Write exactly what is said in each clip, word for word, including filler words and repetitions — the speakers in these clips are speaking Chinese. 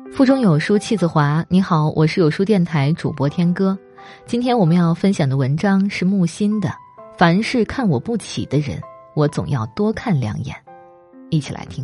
腹中有书气自华。你好，我是有书电台主播天歌。今天我们要分享的文章是木心的《凡是看我不起的人，我总要多看两眼》。一起来听。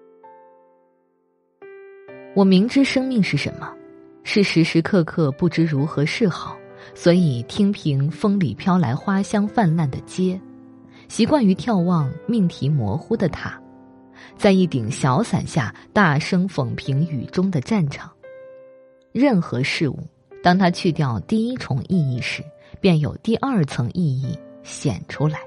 我明知生命是什么，是时时刻刻不知如何是好，所以听凭风里飘来花香泛滥的街，习惯于眺望命题模糊的塔，在一顶小伞下大声讽评雨中的战场。任何事物当它去掉第一重意义时，便有第二层意义显出来。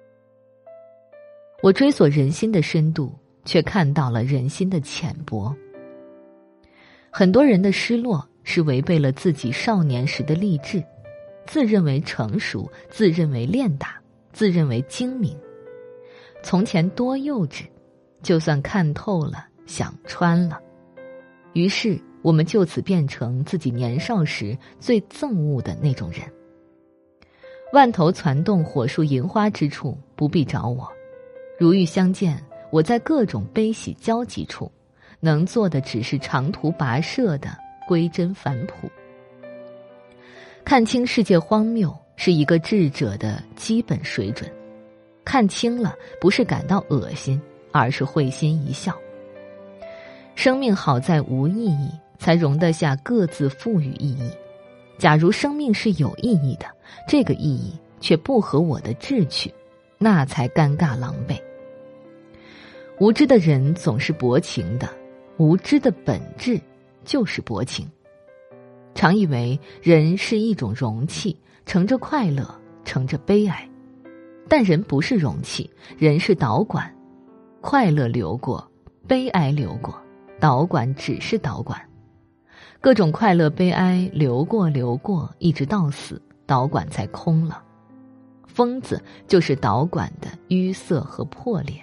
我追索人心的深度，却看到了人心的浅薄。很多人的失落是违背了自己少年时的励志，自认为成熟，自认为练达，自认为精明。从前多幼稚，就算看透了，想穿了，于是我们就此变成自己年少时最憎恶的那种人。万头攒动火树银花之处，不必找我；如遇相见，我在各种悲喜交集处，能做的只是长途跋涉的归真返璞。看清世界荒谬是一个智者的基本水准，看清了不是感到恶心，而是会心一笑。生命好在无意义，才容得下各自赋予意义。假如生命是有意义的，这个意义却不合我的志趣，那才尴尬狼狈。无知的人总是薄情的，无知的本质就是薄情。常以为人是一种容器，盛着快乐，盛着悲哀。但人不是容器，人是导管，快乐流过，悲哀流过，导管只是导管。各种快乐悲哀流过流过，一直到死，导管才空了。疯子就是导管的淤塞和破裂。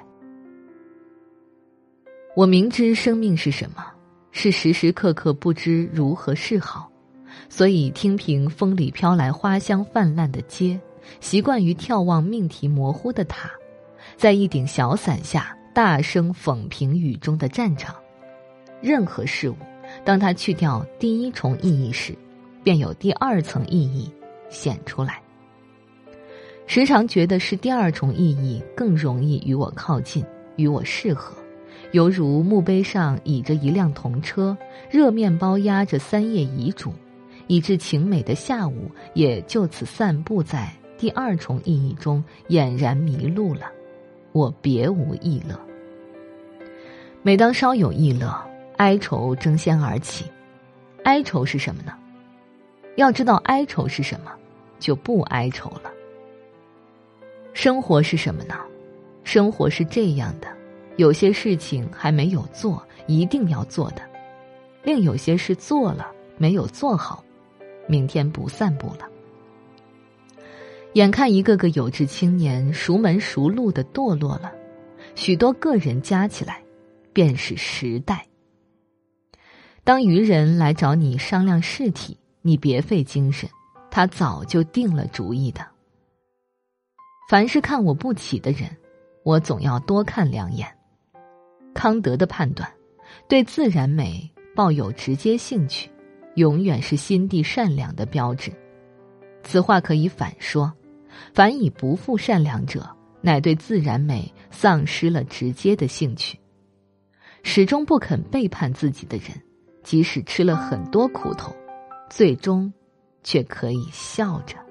我明知生命是什么，是时时刻刻不知如何是好，所以听凭风里飘来花香泛滥的街，习惯于眺望命题模糊的塔，在一顶小伞下大声讽评雨中的战场。任何事物当它去掉第一重意义时，便有第二层意义显出来。时常觉得是第二重意义更容易与我靠近，与我适合，犹如墓碑上倚着一辆童车，热面包压着三页遗嘱，以致晴美的下午也就此散步在第二重意义中，俨然迷路了。我别无异乐。每当稍有异乐，哀愁争先而起。哀愁是什么呢？要知道哀愁是什么，就不哀愁了。生活是什么呢？生活是这样的，有些事情还没有做，一定要做的；另有些事做了，没有做好，明天不散步了。眼看一个个有志青年熟门熟路的堕落了，许多个人加起来便是时代。当愚人来找你商量事体，你别费精神，他早就定了主意的。凡是看我不起的人，我总要多看两眼。康德的判断，对自然美抱有直接兴趣，永远是心地善良的标志。此话可以反说，凡以不负善良者，乃对自然美丧失了直接的兴趣。始终不肯背叛自己的人，即使吃了很多苦头，最终却可以笑着。